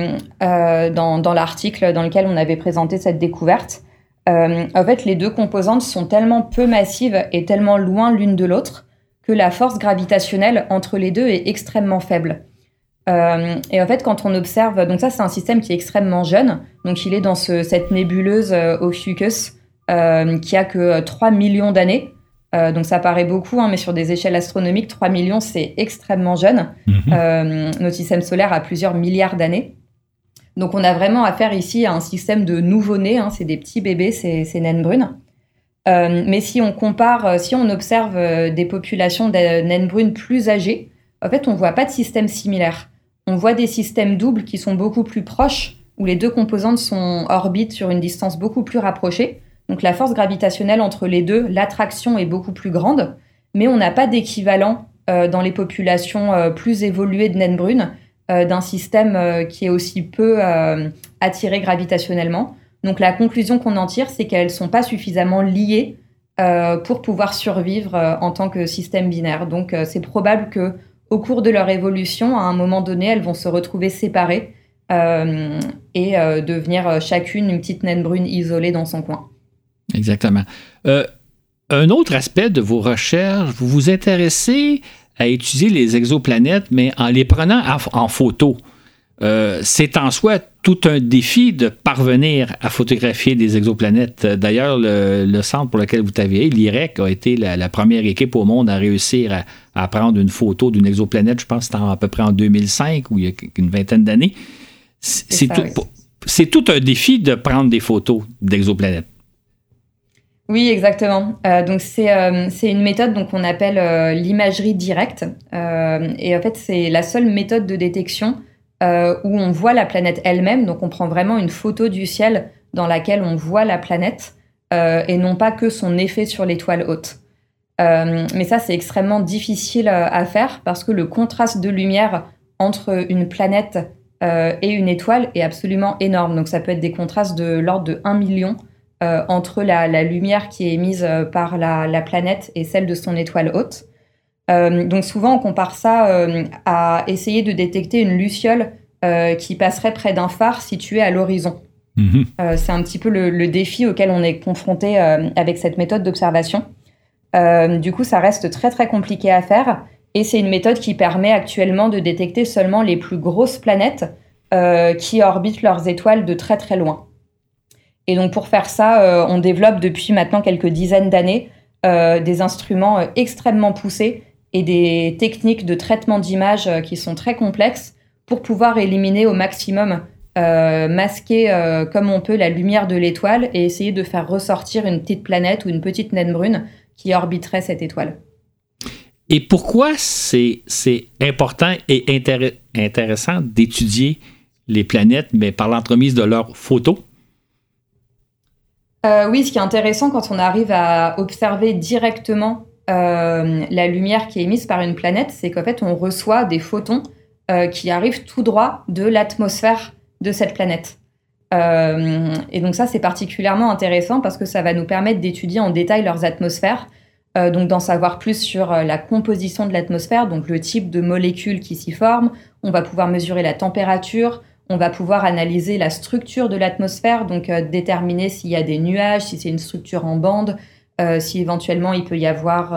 dans l'article dans lequel on avait présenté cette découverte. En fait, les deux composantes sont tellement peu massives et tellement loin l'une de l'autre que la force gravitationnelle entre les deux est extrêmement faible. Et en fait, quand on observe... Donc ça, c'est un système qui est extrêmement jeune. Donc il est dans cette nébuleuse Ophiuchus qui a que 3 millions d'années. Donc ça paraît beaucoup, mais sur des échelles astronomiques, 3 millions, c'est extrêmement jeune. Notre système solaire a plusieurs milliards d'années. Donc on a vraiment affaire ici à un système de nouveau-nés. C'est des petits bébés, ces naines brunes. Mais si on compare, si on observe des populations de naines brunes plus âgées, en fait, on ne voit pas de système similaire. On voit des systèmes doubles qui sont beaucoup plus proches, où les deux composantes orbitent sur une distance beaucoup plus rapprochée. Donc la force gravitationnelle entre les deux, l'attraction est beaucoup plus grande, mais on n'a pas d'équivalent dans les populations plus évoluées de naines brunes d'un système qui est aussi peu attiré gravitationnellement. Donc la conclusion qu'on en tire, c'est qu'elles ne sont pas suffisamment liées pour pouvoir survivre en tant que système binaire. Donc c'est probable qu'au cours de leur évolution, à un moment donné, elles vont se retrouver séparées et devenir chacune une petite naine brune isolée dans son coin. Exactement. Un autre aspect de vos recherches, vous vous intéressez à étudier les exoplanètes, mais en les prenant en photo. C'est en soi tout un défi de parvenir à photographier des exoplanètes. D'ailleurs, le centre pour lequel vous travaillez, l'IREC, a été la première équipe au monde à réussir à prendre une photo d'une exoplanète, je pense que c'était à peu près en 2005 ou il y a une vingtaine d'années. C'est tout un défi de prendre des photos d'exoplanètes. Oui, exactement. Donc c'est une méthode qu'on appelle l'imagerie directe. Et en fait, c'est la seule méthode de détection où on voit la planète elle-même. Donc on prend vraiment une photo du ciel dans laquelle on voit la planète et non pas que son effet sur l'étoile hôte. Mais ça, c'est extrêmement difficile à faire parce que le contraste de lumière entre une planète et une étoile est absolument énorme. Donc ça peut être des contrastes de l'ordre de 1 million entre la lumière qui est émise par la planète et celle de son étoile hôte. Donc souvent, on compare ça à essayer de détecter une luciole qui passerait près d'un phare situé à l'horizon. C'est un petit peu le défi auquel on est confronté avec cette méthode d'observation. Du coup, ça reste très, très compliqué à faire. Et c'est une méthode qui permet actuellement de détecter seulement les plus grosses planètes qui orbitent leurs étoiles de très, très loin. Et donc, pour faire ça, on développe depuis maintenant quelques dizaines d'années des instruments extrêmement poussés et des techniques de traitement d'image qui sont très complexes pour pouvoir éliminer au maximum, masquer comme on peut la lumière de l'étoile et essayer de faire ressortir une petite planète ou une petite naine brune qui orbiterait cette étoile. Et pourquoi c'est important et intéressant d'étudier les planètes, mais par l'entremise de leurs photos? Oui, ce qui est intéressant quand on arrive à observer directement la lumière qui est émise par une planète, c'est qu'en fait, on reçoit des photons qui arrivent tout droit de l'atmosphère de cette planète. Et donc ça, c'est particulièrement intéressant parce que ça va nous permettre d'étudier en détail leurs atmosphères, donc d'en savoir plus sur la composition de l'atmosphère, donc le type de molécules qui s'y forment. On va pouvoir mesurer la température, on va pouvoir analyser la structure de l'atmosphère, donc déterminer s'il y a des nuages, si c'est une structure en bande, si éventuellement il peut y avoir,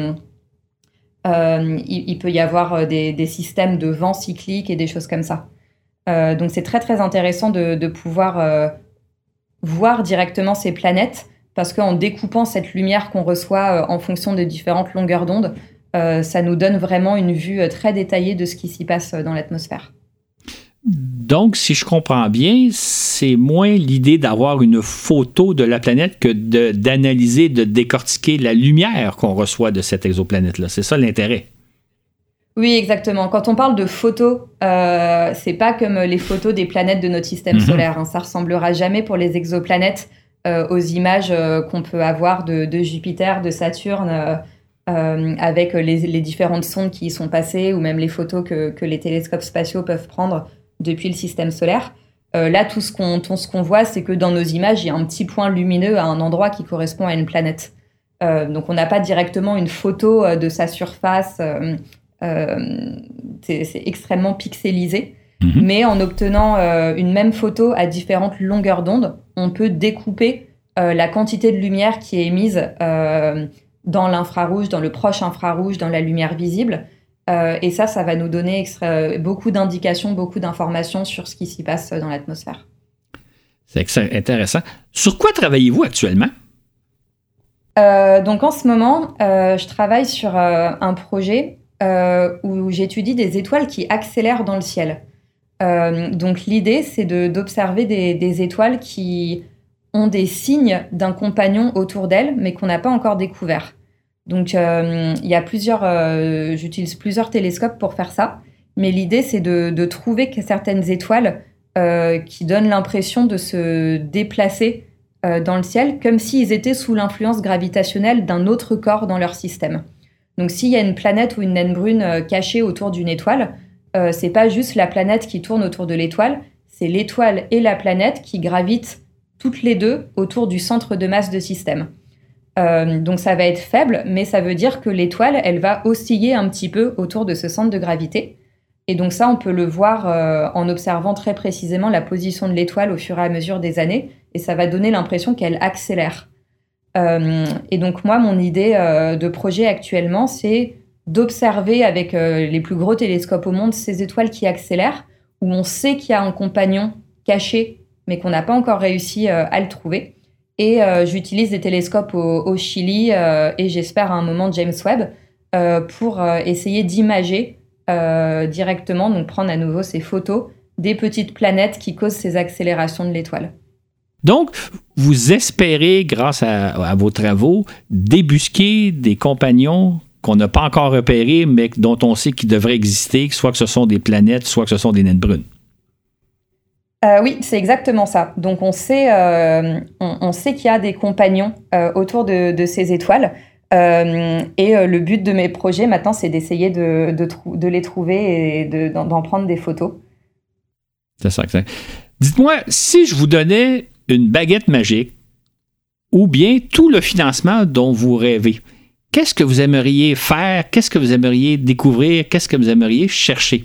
des systèmes de vent cyclique et des choses comme ça. Donc c'est très très intéressant de pouvoir voir directement ces planètes parce qu'en découpant cette lumière qu'on reçoit en fonction de différentes longueurs d'onde, ça nous donne vraiment une vue très détaillée de ce qui s'y passe dans l'atmosphère. Donc, si je comprends bien, c'est moins l'idée d'avoir une photo de la planète que d'analyser, de décortiquer la lumière qu'on reçoit de cette exoplanète-là. C'est ça l'intérêt. Oui, exactement. Quand on parle de photos, c'est pas comme les photos des planètes de notre système solaire. Hein. Ça ressemblera jamais pour les exoplanètes aux images qu'on peut avoir de Jupiter, de Saturne, avec les différentes sondes qui y sont passées ou même les photos que les télescopes spatiaux peuvent prendre depuis le système solaire. Là, tout ce qu'on voit, c'est que dans nos images, il y a un petit point lumineux à un endroit qui correspond à une planète. Donc, on n'a pas directement une photo de sa surface. C'est extrêmement pixelisé. Mais en obtenant une même photo à différentes longueurs d'onde, on peut découper la quantité de lumière qui est émise dans l'infrarouge, dans le proche infrarouge, dans la lumière visible. Et ça va nous donner beaucoup d'indications, beaucoup d'informations sur ce qui s'y passe dans l'atmosphère. C'est intéressant. Sur quoi travaillez-vous actuellement? Donc en ce moment, je travaille sur un projet où j'étudie des étoiles qui accélèrent dans le ciel. Donc l'idée, c'est d'observer des étoiles qui ont des signes d'un compagnon autour d'elles, mais qu'on n'a pas encore découvert. Donc, il y a j'utilise plusieurs télescopes pour faire ça. Mais l'idée, c'est de trouver certaines étoiles qui donnent l'impression de se déplacer dans le ciel, comme s'ils étaient sous l'influence gravitationnelle d'un autre corps dans leur système. Donc, s'il y a une planète ou une naine brune cachée autour d'une étoile, c'est pas juste la planète qui tourne autour de l'étoile, c'est l'étoile et la planète qui gravitent toutes les deux autour du centre de masse de système. Donc ça va être faible, mais ça veut dire que l'étoile, elle va osciller un petit peu autour de ce centre de gravité. Et donc ça, on peut le voir en observant très précisément la position de l'étoile au fur et à mesure des années, et ça va donner l'impression qu'elle accélère. Et donc moi, mon idée de projet actuellement, c'est d'observer avec les plus gros télescopes au monde ces étoiles qui accélèrent, où on sait qu'il y a un compagnon caché, mais qu'on n'a pas encore réussi à le trouver. Et j'utilise des télescopes au Chili et j'espère à un moment James Webb pour essayer d'imager directement, donc prendre à nouveau ces photos des petites planètes qui causent ces accélérations de l'étoile. Donc, vous espérez, grâce à vos travaux, débusquer des compagnons qu'on n'a pas encore repérés, mais dont on sait qu'ils devraient exister, soit que ce sont des planètes, soit que ce sont des naines brunes. Oui, c'est exactement ça. Donc, on sait qu'il y a des compagnons autour de ces étoiles. Et le but de mes projets, maintenant, c'est d'essayer de les trouver et d'en prendre des photos. C'est ça que c'est. Dites-moi, si je vous donnais une baguette magique ou bien tout le financement dont vous rêvez, qu'est-ce que vous aimeriez faire? Qu'est-ce que vous aimeriez découvrir? Qu'est-ce que vous aimeriez chercher?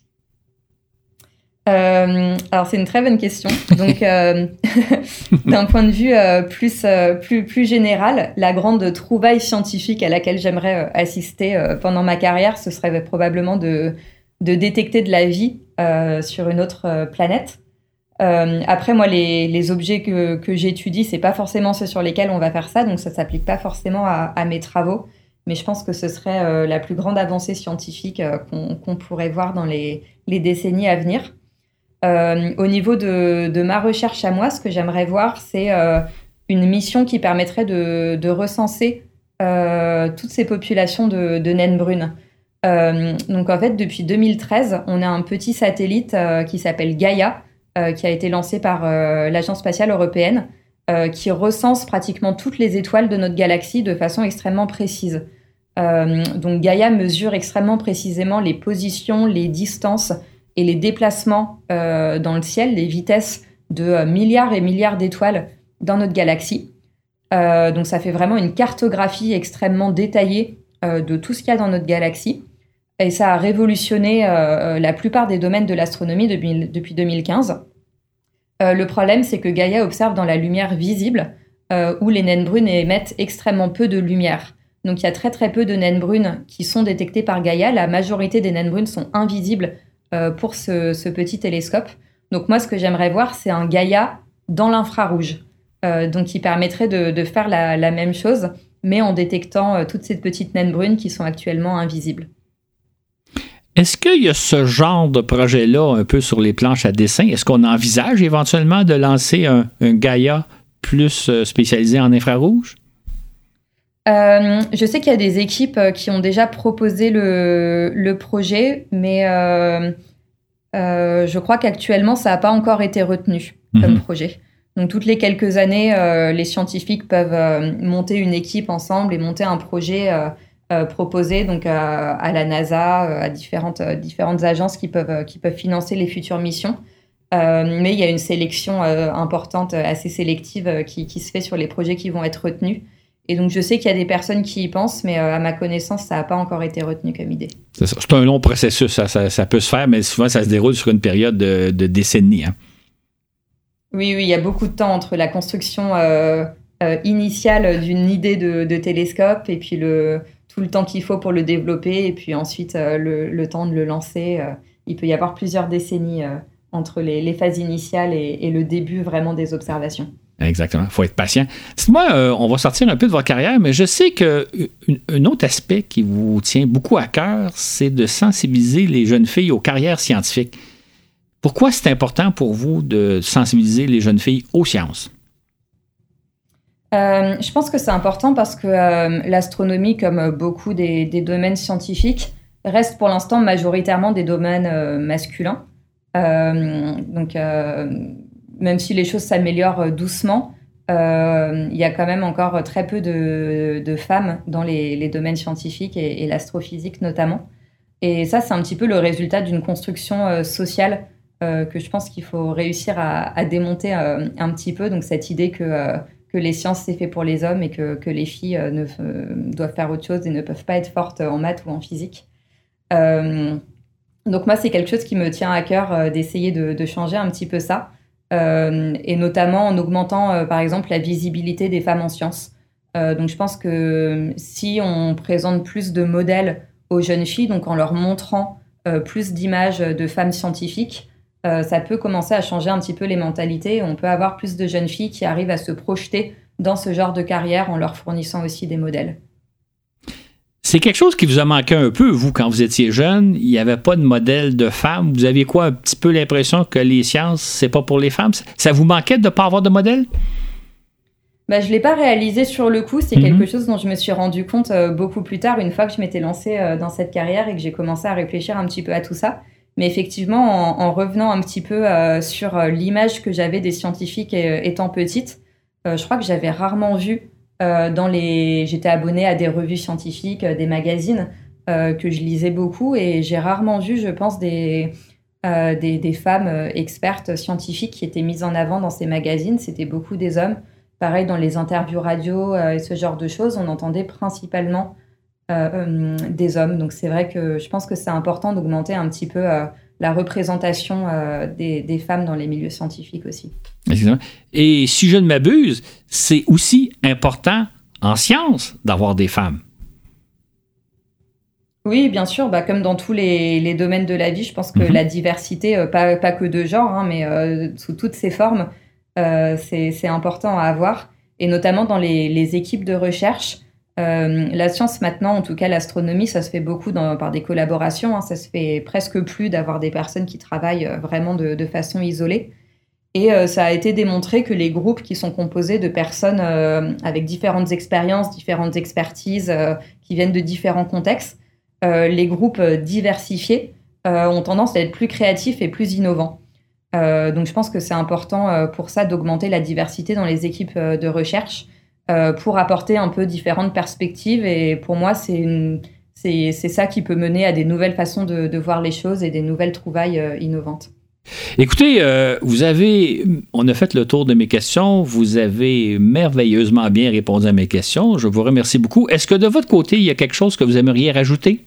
Alors, c'est une très bonne question. Donc, d'un point de vue plus général, la grande trouvaille scientifique à laquelle j'aimerais assister pendant ma carrière, ce serait probablement de détecter de la vie sur une autre planète. Après, moi, les objets que j'étudie, c'est pas forcément ceux sur lesquels on va faire ça, donc ça s'applique pas forcément à mes travaux. Mais je pense que ce serait la plus grande avancée scientifique qu'on pourrait voir dans les décennies à venir. Au niveau de ma recherche à moi, ce que j'aimerais voir, c'est une mission qui permettrait de recenser toutes ces populations de naines brunes. Donc en fait, depuis 2013, on a un petit satellite qui s'appelle Gaia, qui a été lancé par l'Agence spatiale européenne, qui recense pratiquement toutes les étoiles de notre galaxie de façon extrêmement précise. Donc Gaia mesure extrêmement précisément les positions, les distances et les déplacements dans le ciel, les vitesses de milliards et milliards d'étoiles dans notre galaxie. Donc ça fait vraiment une cartographie extrêmement détaillée de tout ce qu'il y a dans notre galaxie. Et ça a révolutionné la plupart des domaines de l'astronomie depuis 2015. Le problème, c'est que Gaia observe dans la lumière visible, où les naines brunes émettent extrêmement peu de lumière. Donc il y a très très peu de naines brunes qui sont détectées par Gaia. La majorité des naines brunes sont invisibles pour ce petit télescope. Donc moi, ce que j'aimerais voir, c'est un Gaia dans l'infrarouge. Donc qui permettrait de faire la même chose, mais en détectant toutes ces petites naines brunes qui sont actuellement invisibles. Est-ce qu'il y a ce genre de projet-là un peu sur les planches à dessin? Est-ce qu'on envisage éventuellement de lancer un Gaia plus spécialisé en infrarouge? Je sais qu'il y a des équipes qui ont déjà proposé le projet, mais je crois qu'actuellement, ça n'a pas encore été retenu comme projet. Donc, toutes les quelques années, les scientifiques peuvent monter une équipe ensemble et monter un projet proposé donc à la NASA, à différentes agences qui peuvent financer les futures missions. Mais il y a une sélection importante, assez sélective, qui se fait sur les projets qui vont être retenus. Et donc, je sais qu'il y a des personnes qui y pensent, mais à ma connaissance, ça n'a pas encore été retenu comme idée. C'est ça. C'est un long processus, ça peut se faire, mais souvent, ça se déroule sur une période de décennies. Hein. Oui, il y a beaucoup de temps entre la construction initiale d'une idée de télescope et puis tout le temps qu'il faut pour le développer et puis ensuite le temps de le lancer. Il peut y avoir plusieurs décennies entre les phases initiales et le début vraiment des observations. Exactement, il faut être patient. Dites-moi, on va sortir un peu de votre carrière, mais je sais qu'un autre aspect qui vous tient beaucoup à cœur, c'est de sensibiliser les jeunes filles aux carrières scientifiques. Pourquoi c'est important pour vous de sensibiliser les jeunes filles aux sciences? Je pense que c'est important parce que l'astronomie, comme beaucoup des domaines scientifiques, reste pour l'instant majoritairement des domaines masculins. Donc, même si les choses s'améliorent doucement, il y a quand même encore très peu de femmes dans les domaines scientifiques et l'astrophysique notamment. Et ça, c'est un petit peu le résultat d'une construction sociale que je pense qu'il faut réussir à démonter un petit peu. Donc cette idée que les sciences, c'est fait pour les hommes et que les filles doivent faire autre chose et ne peuvent pas être fortes en maths ou en physique. Donc moi, c'est quelque chose qui me tient à cœur d'essayer de changer un petit peu ça, et notamment en augmentant, par exemple, la visibilité des femmes en sciences. Donc je pense que si on présente plus de modèles aux jeunes filles, donc en leur montrant plus d'images de femmes scientifiques, ça peut commencer à changer un petit peu les mentalités. On peut avoir plus de jeunes filles qui arrivent à se projeter dans ce genre de carrière en leur fournissant aussi des modèles. C'est quelque chose qui vous a manqué un peu, vous, quand vous étiez jeune. Il n'y avait pas de modèle de femme. Vous aviez quoi, un petit peu l'impression que les sciences, c'est pas pour les femmes? Ça vous manquait de ne pas avoir de modèle? Je ne l'ai pas réalisé sur le coup. C'est quelque chose dont je me suis rendu compte beaucoup plus tard, une fois que je m'étais lancée dans cette carrière et que j'ai commencé à réfléchir un petit peu à tout ça. Mais effectivement, en revenant un petit peu sur l'image que j'avais des scientifiques étant petite, je crois que j'avais rarement vu j'étais abonnée à des revues scientifiques, des magazines que je lisais beaucoup, et j'ai rarement vu, je pense, des femmes expertes scientifiques qui étaient mises en avant dans ces magazines. C'était beaucoup des hommes. Pareil, dans les interviews radio et ce genre de choses, on entendait principalement des hommes. Donc c'est vrai que je pense que c'est important d'augmenter un petit peu la représentation des femmes dans les milieux scientifiques aussi. Et si je ne m'abuse, c'est aussi important en sciences d'avoir des femmes. Oui, bien sûr. Comme dans tous les domaines de la vie, je pense que la diversité, pas que de genre, mais sous toutes ses formes, c'est important à avoir. Et notamment dans les équipes de recherche. La science maintenant, en tout cas l'astronomie, ça se fait beaucoup par des collaborations. Ça se fait presque plus d'avoir des personnes qui travaillent vraiment de façon isolée. Et ça a été démontré que les groupes qui sont composés de personnes avec différentes expériences, différentes expertises, qui viennent de différents contextes, les groupes diversifiés ont tendance à être plus créatifs et plus innovants. Donc je pense que c'est important pour ça d'augmenter la diversité dans les équipes de recherche, pour apporter un peu différentes perspectives. Et pour moi, c'est ça qui peut mener à des nouvelles façons de voir les choses et des nouvelles trouvailles innovantes. Écoutez, on a fait le tour de mes questions. Vous avez merveilleusement bien répondu à mes questions. Je vous remercie beaucoup. Est-ce que de votre côté, il y a quelque chose que vous aimeriez rajouter?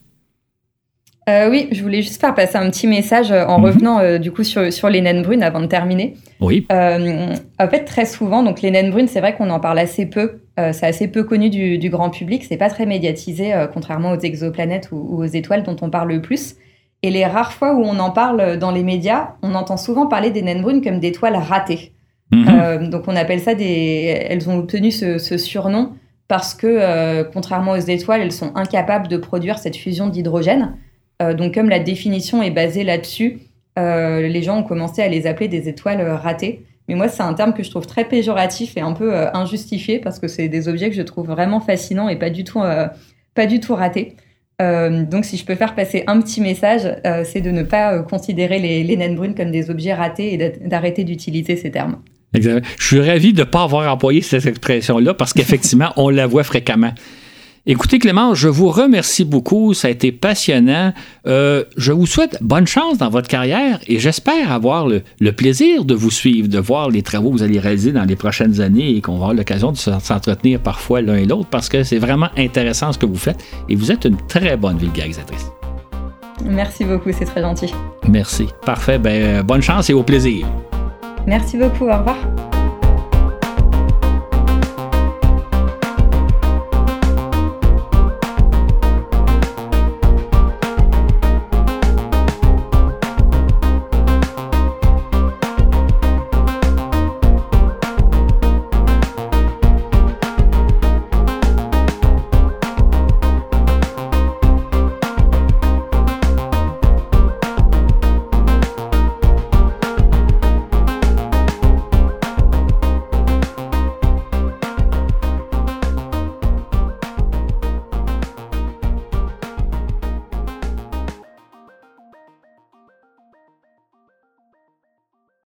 Oui, je voulais juste faire passer un petit message en revenant du coup sur les naines brunes avant de terminer. Oui. En fait, très souvent, donc les naines brunes, c'est vrai qu'on en parle assez peu. C'est assez peu connu du grand public. C'est pas très médiatisé, contrairement aux exoplanètes ou aux étoiles dont on parle le plus. Et les rares fois où on en parle dans les médias, on entend souvent parler des naines brunes comme d'étoiles ratées. Donc on appelle ça elles ont obtenu ce surnom parce que, contrairement aux étoiles, elles sont incapables de produire cette fusion d'hydrogène. Donc comme la définition est basée là-dessus, les gens ont commencé à les appeler des étoiles ratées. Mais moi, c'est un terme que je trouve très péjoratif et un peu injustifié parce que c'est des objets que je trouve vraiment fascinants et pas du tout ratés. Donc si je peux faire passer un petit message, c'est de ne pas considérer les naines brunes comme des objets ratés et d'arrêter d'utiliser ces termes. Exactement. Je suis ravi de ne pas avoir employé cette expression-là parce qu'effectivement, on la voit fréquemment. Écoutez, Clémence, je vous remercie beaucoup. Ça a été passionnant. Je vous souhaite bonne chance dans votre carrière et j'espère avoir le plaisir de vous suivre, de voir les travaux que vous allez réaliser dans les prochaines années et qu'on va avoir l'occasion de s'entretenir parfois l'un et l'autre parce que c'est vraiment intéressant ce que vous faites et vous êtes une très bonne vulgarisatrice. Merci beaucoup, c'est très gentil. Merci. Parfait. Bonne chance et au plaisir. Merci beaucoup. Au revoir.